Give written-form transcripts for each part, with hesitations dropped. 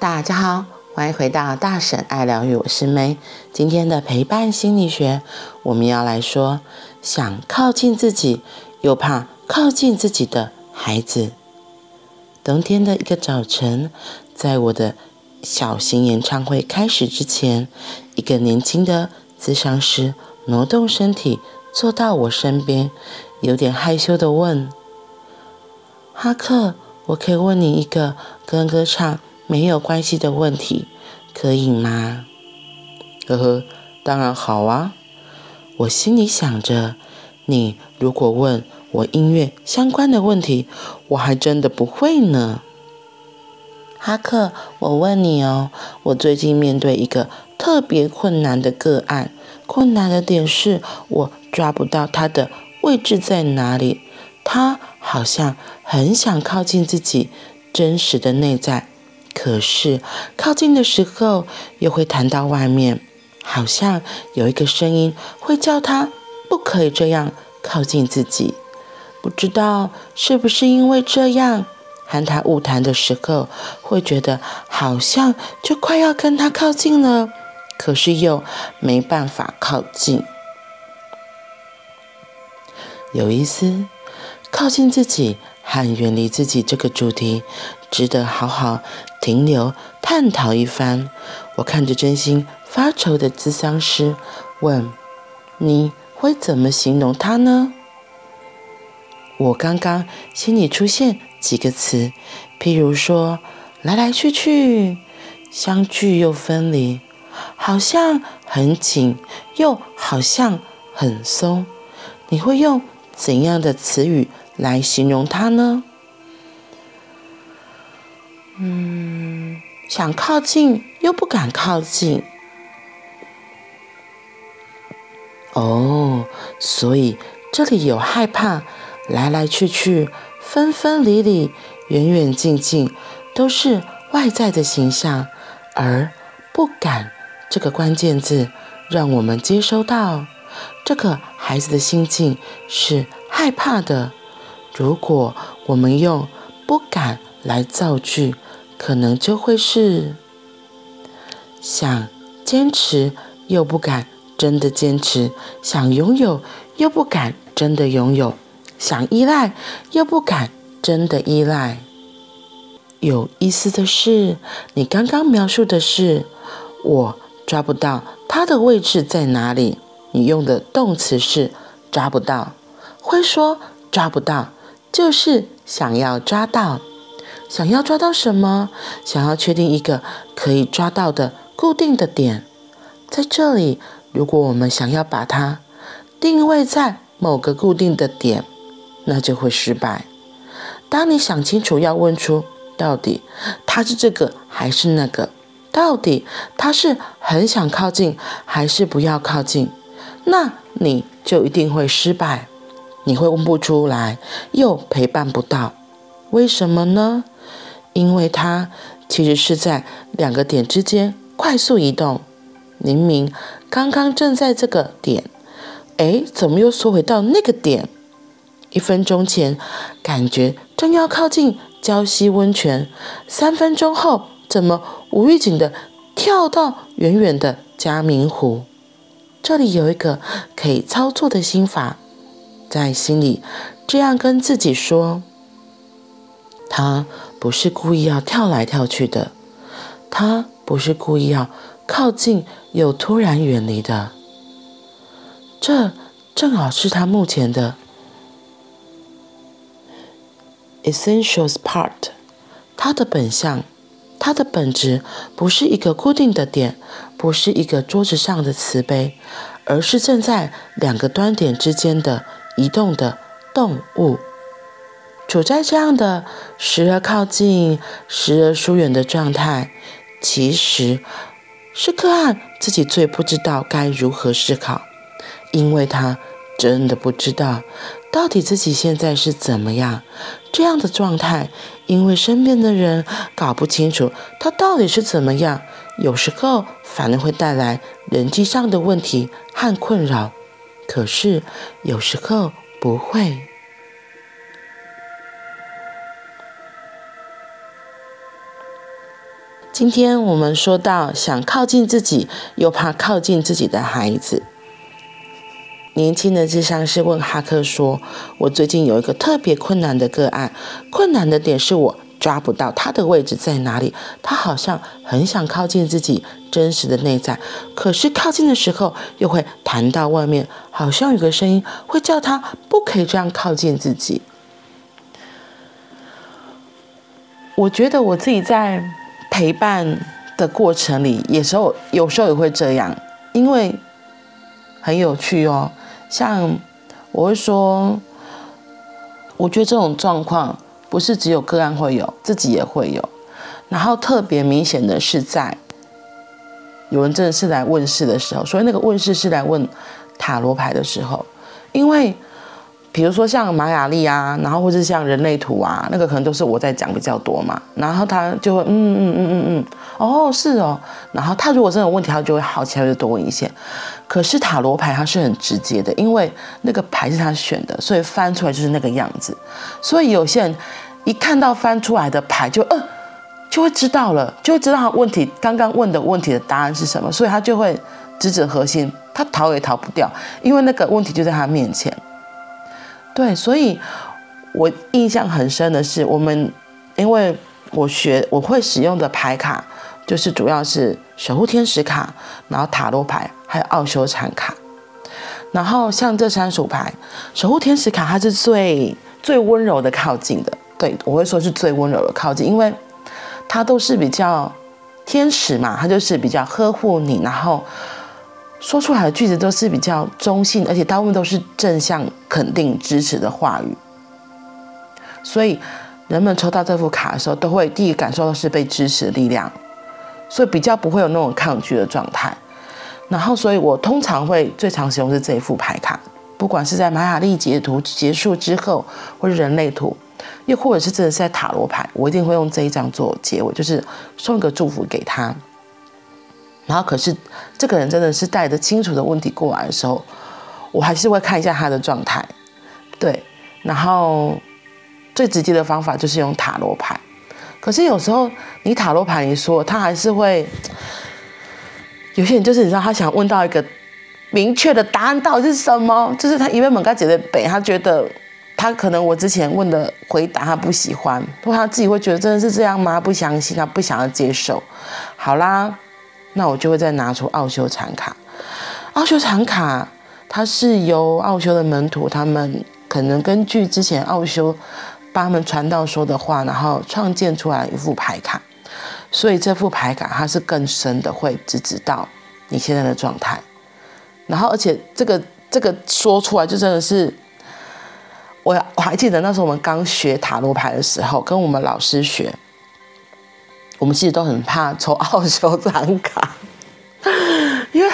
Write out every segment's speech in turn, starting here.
大家好，欢迎回到大婶爱疗愈，我是May。今天的陪伴心理学，我们要来说想靠近自己又怕靠近自己的孩子。冬天的一个早晨，在我的小型演唱会开始之前，一个年轻的咨商师挪动身体坐到我身边，有点害羞地问：哈克，我可以问你一个跟歌唱没有关系的问题，可以吗？呵呵，当然好啊。我心里想着，你如果问我音乐相关的问题，我还真的不会呢。哈克，我问你哦，我最近面对一个特别困难的个案，困难的点是我抓不到他的位置在哪里，他好像很想靠近自己真实的内在，可是靠近的时候又会弹到外面，好像有一个声音会叫他不可以这样靠近自己。不知道是不是因为这样，和他晤谈的时候会觉得好像就快要跟他靠近了，可是又没办法靠近。有意思，靠近自己和远离自己这个主题值得好好停留探讨一番。我看着真心发愁的咨商师问：你会怎么形容他呢？我刚刚心里出现几个词，譬如说来来去去，相聚又分离，好像很紧又好像很松。你会用怎样的词语来形容它呢？想靠近又不敢靠近。哦，所以这里有害怕，来来去去，分分离离，远远近近，都是外在的形象，而不敢这个关键字让我们接收到这个孩子的心境是害怕的。如果我们用不敢来造句，可能就会是想坚持又不敢真的坚持，想拥有又不敢真的拥有，想依赖又不敢真的依赖。有意思的是，你刚刚描述的是我抓不到它的位置在哪里，你用的动词是抓不到，会说抓不到就是想要抓到。想要抓到什么？想要确定一个可以抓到的固定的点。在这里，如果我们想要把它定位在某个固定的点，那就会失败。当你想清楚要问出到底它是这个还是那个，到底它是很想靠近还是不要靠近，那你就一定会失败。你会问不出来，又陪伴不到。为什么呢？因为它其实是在两个点之间快速移动。明明刚刚正在这个点，怎么又缩回到那个点？1分钟前感觉正要靠近礁溪温泉，3分钟后怎么无预警的跳到远远的嘉明湖？这里有一个可以操作的心法，在心里这样跟自己说：他不是故意要跳来跳去的，他不是故意要靠近又突然远离的，这正好是他目前的 essentials part。 他的本相，他的本质不是一个固定的点，不是一个桌子上的瓷杯，而是正在两个端点之间的移动的动物，处在这样的时而靠近时而疏远的状态，其实是个案自己最不知道该如何思考，因为他真的不知道到底自己现在是怎么样这样的状态，因为身边的人搞不清楚他到底是怎么样，有时候反而会带来人际上的问题和困扰，可是有时候不会。 今天我们说到想靠近自己又怕靠近自己的孩子。年轻的智商师问哈克说，我最近有一个特别困难的个案，困难的点是我抓不到他的位置在哪里，他好像很想靠近自己真实的内在，可是靠近的时候又会弹到外面，好像有个声音会叫他不可以这样靠近自己。我觉得我自己在陪伴的过程里，有时候也会这样，因为很有趣哦。像我会说，我觉得这种状况不是只有个案会有，自己也会有。然后特别明显的是在有人真的是来问事的时候，所以那个问事是来问塔罗牌的时候，因为比如说像玛雅历啊，然后或是像人类图啊，那个可能都是我在讲比较多嘛，然后他就会哦是哦，然后他如果真的有问题，他就会好奇，他就多问一些。可是塔罗牌它是很直接的，因为那个牌是他选的，所以翻出来就是那个样子，所以有些人一看到翻出来的牌就会知道了，就会知道他问题刚刚问的问题的答案是什么，所以他就会直指核心，他逃也逃不掉，因为那个问题就在他面前。对，所以我印象很深的是，因为我会使用的牌卡，就是主要是守护天使卡，然后塔罗牌，还有奥修禅卡。然后像这3组牌，守护天使卡它是最温柔的靠近的，对，我会说是最温柔的靠近，因为它都是比较天使嘛，它就是比较呵护你，然后说出来的句子都是比较中性，而且大部分都是正向、肯定、支持的话语。所以人们抽到这副卡的时候，都会第一感受到是被支持的力量，所以比较不会有那种抗拒的状态。然后，所以我通常会最常使用是这一副牌卡，不管是在玛雅历解读结束之后，或是人类图，又或者是真的是在塔罗牌，我一定会用这一张做结尾，就是送一个祝福给他。然后可是这个人真的是带着清楚的问题过来的时候，我还是会看一下他的状态，对，然后最直接的方法就是用塔罗牌。可是有时候你塔罗牌你说他还是会，有些人就是你知道他想问到一个明确的答案到底是什么，就是他因为猛该解的北，他觉得他可能我之前问的回答他不喜欢，或他自己会觉得真的是这样吗？不相信，他不想要接受。好啦，那我就会再拿出奥修禅卡。奥修禅卡它是由奥修的门徒，他们可能根据之前奥修帮他们传道说的话，然后创建出来一副牌卡。所以这副牌卡它是更深的，会直指到你现在的状态。然后而且这个说出来就真的是，我还记得那时候我们刚学塔罗牌的时候，跟我们老师学，我们其实都很怕抽奥修禅卡，因为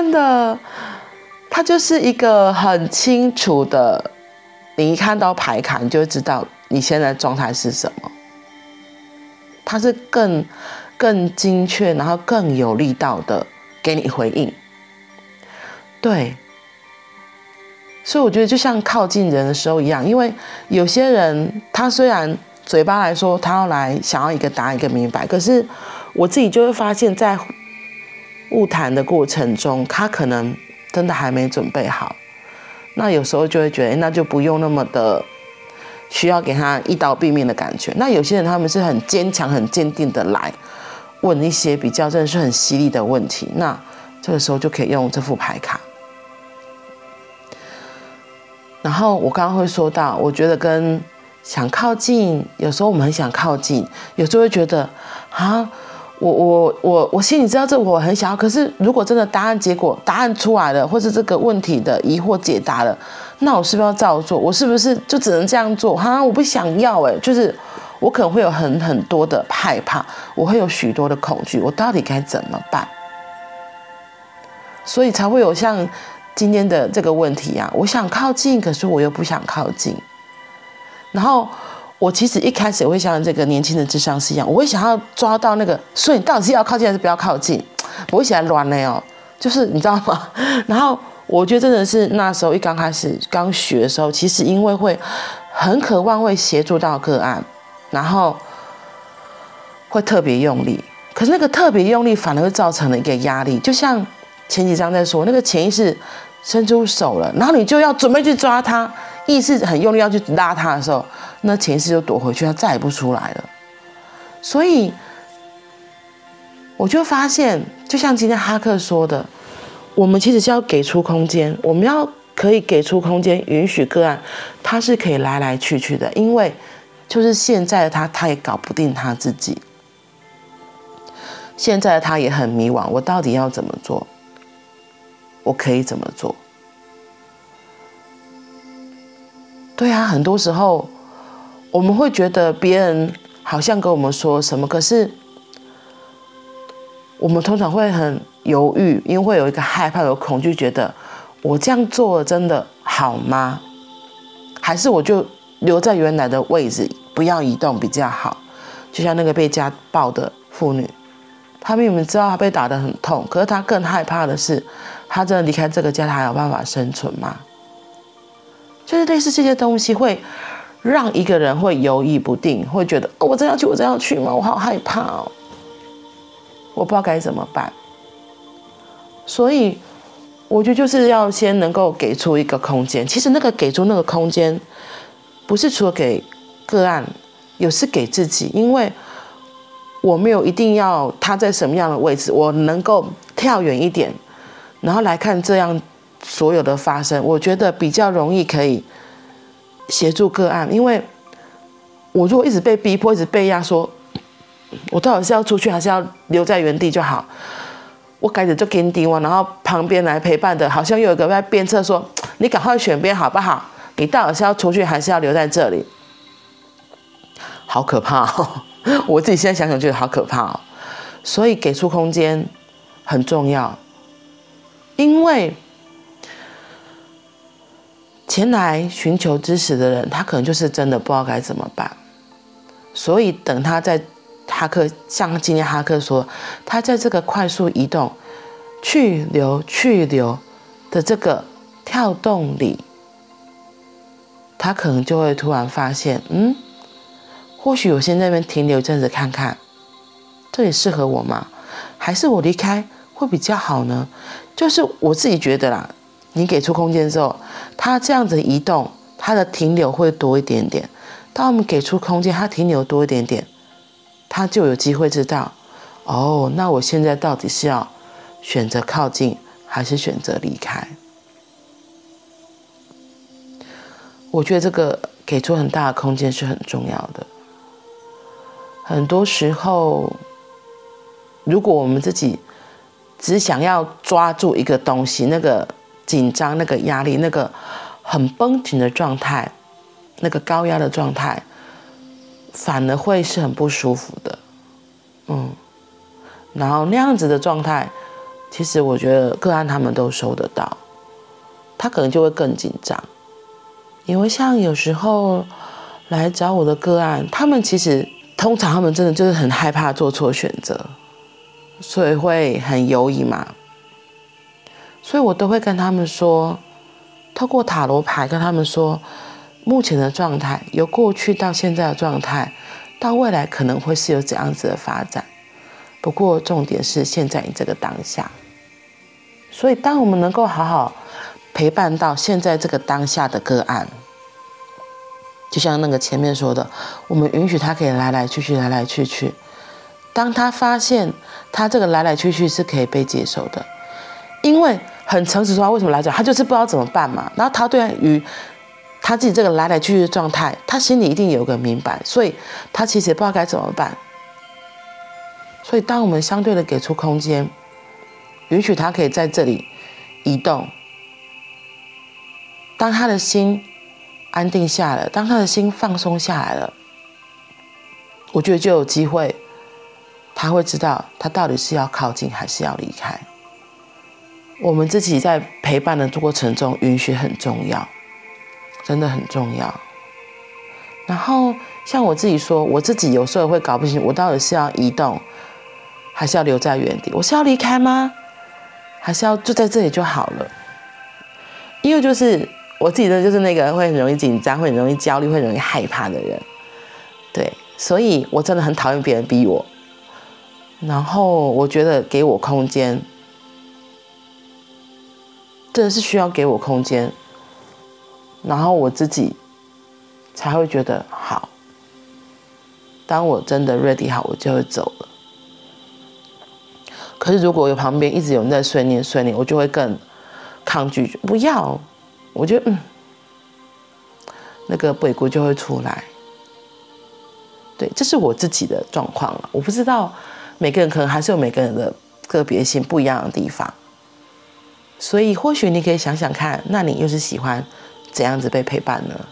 它就是一个很清楚的，你一看到牌卡，你就会知道你现在的状态是什么。它是更精确，然后更有力道的给你回应。对，所以我觉得就像靠近人的时候一样，因为有些人他虽然嘴巴来说他想要一个答案一个明白，可是我自己就会发现在晤谈的过程中，他可能真的还没准备好，那有时候就会觉得那就不用那么的需要给他一刀毙命的感觉。那有些人他们是很坚强很坚定的来问一些比较真的是很犀利的问题，那这个时候就可以用这副牌卡。然后我刚刚会说到，我觉得跟想靠近，有时候我们很想靠近，有时候会觉得我心里知道这我很想要，可是如果真的答案出来了，或是这个问题的疑惑解答了，那我是不是要照做？我是不是就只能这样做？我不想要就是我可能会有很多的害怕，我会有许多的恐惧，我到底该怎么办？所以才会有像今天的这个问题啊，我想靠近，可是我又不想靠近。然后我其实一开始也会像这个年轻的智商师一样，我会想要抓到那个，所以你到底是要靠近还是不要靠近？我会起来乱了哦，就是你知道吗？然后我觉得真的是那时候刚开始刚学的时候，其实因为会很渴望会协助到个案，然后会特别用力， 可是那个特别用力反而会造成了一个压力，就像前几章在说，那个潜意识伸出手了，然后你就要准备去抓它，意识很用力要去拉它的时候，那潜意识就躲回去，它再也不出来了。所以我就发现，就像今天哈克说的，我们其实是要给出空间，我们要可以给出空间，允许个案他是可以来来去去的，因为就是现在的他也搞不定他自己，现在的他也很迷惘，我到底要怎么做？我可以怎么做？对啊，很多时候我们会觉得别人好像跟我们说什么，可是我们通常会很犹豫，因为会有一个害怕、有恐惧，觉得我这样做真的好吗？还是我就留在原来的位置，不要移动比较好？就像那个被家暴的妇女，她明明知道她被打得很痛，可是她更害怕的是，她真的离开这个家，她还有办法生存吗？就是类似这些东西，会让一个人会犹豫不定，会觉得我真要去，我真要去吗？我好害怕哦，我不知道该怎么办。所以我觉得就是要先能够给出一个空间。其实那个给出那个空间，不是除了给个案，也是给自己，因为我没有一定要他在什么样的位置，我能够跳远一点，然后来看这样所有的发生，我觉得比较容易可以协助个案。因为我如果一直被逼迫，一直被压缩，我到底是要出去还是要留在原地就好？我改着就跟定我，然后旁边来陪伴的，好像又有一个在鞭策说：“你赶快选边好不好？你到底是要出去还是要留在这里？”好可怕哦！我自己现在想想觉得好可怕哦。所以给出空间很重要，因为前来寻求支持的人，他可能就是真的不知道该怎么办。所以等他在哈克，像今天哈克说，他在这个快速移动、去留的这个跳动里，他可能就会突然发现，或许我先在那边停留一阵子看看，这里适合我吗？还是我离开会比较好呢？就是我自己觉得啦，你给出空间之后，他这样子移动，他的停留会多一点点。当我们给出空间，他停留多一点点，他就有机会知道，那我现在到底是要选择靠近，还是选择离开？我觉得这个给出很大的空间是很重要的。很多时候，如果我们自己只想要抓住一个东西，那个紧张、那个压力、那个很绷紧的状态、那个高压的状态，反而会是很不舒服的。然后那样子的状态，其实我觉得个案他们都收得到，他可能就会更紧张。因为像有时候来找我的个案，他们其实通常他们真的就是很害怕做错选择，所以会很犹豫嘛。所以我都会跟他们说，透过塔罗牌跟他们说，目前的状态，由过去到现在的状态，到未来可能会是有怎样子的发展。不过重点是现在你这个当下。所以当我们能够好好陪伴到现在这个当下的个案，就像那个前面说的，我们允许他可以来来去去，来来去去。当他发现他这个来来去去是可以被接受的，因为很诚实说，为什么来讲，他就是不知道怎么办嘛。然后他对于他自己这个来来去去的状态，他心里一定有个明白，所以他其实也不知道该怎么办。所以当我们相对的给出空间，允许他可以在这里移动，当他的心安定下来，当他的心放松下来了，我觉得就有机会，他会知道他到底是要靠近还是要离开。我们自己在陪伴的过程中，允许很重要，真的很重要。然后像我自己说，我自己有时候会搞不清，我到底是要移动，还是要留在原地？我是要离开吗？还是要就在这里就好了？因为就是我自己的就是那个会很容易紧张、会很容易焦虑、会很容易害怕的人，对，所以我真的很讨厌别人逼我。 然后我觉得给我空间，真的是需要给我空间，然后我自己才会觉得好。当我真的 ready 好，我就会走了。可是如果有旁边一直有人在碎念，我就会更抗拒，不要。我觉得那个鬼谷就会出来。对，这是我自己的状况了。我不知道每个人可能还是有每个人的个别性不一样的地方，所以或许你可以想想看，那你又是喜欢怎样子被陪伴呢？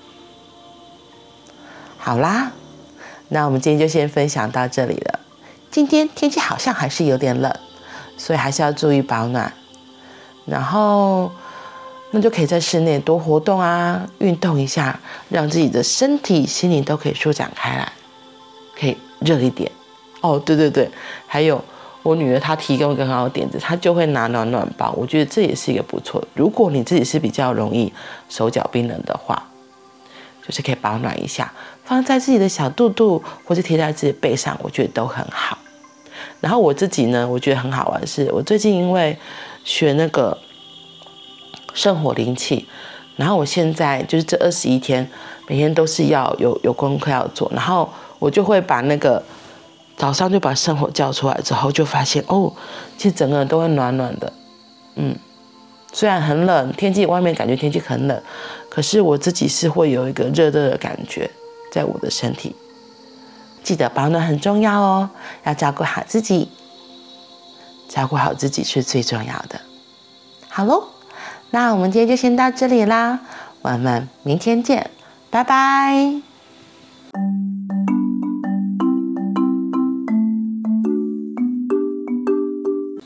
好啦，那我们今天就先分享到这里了。今天天气好像还是有点冷，所以还是要注意保暖。然后那就可以在室内多活动啊，运动一下，让自己的身体、心灵都可以舒展开来，可以热一点。哦，对，还有我女儿她提供一个很好的点子，她就会拿暖暖包，我觉得这也是一个不错的。如果你自己是比较容易手脚冰冷的话，就是可以保暖一下，放在自己的小肚肚，或是贴在自己的背上，我觉得都很好。然后我自己呢，我觉得很好玩的是，我最近因为学那个圣火灵气，然后我现在就是这21天，每天都是要有功课要做，然后我就会把那个早上就把圣火叫出来之后，就发现其实整个人都会暖暖的。虽然很冷，外面感觉天气很冷，可是我自己是会有一个热热的感觉在我的身体。记得保暖很重要哦，要照顾好自己，照顾好自己是最重要的。好咯，那我们今天就先到这里啦，我们明天见，拜拜。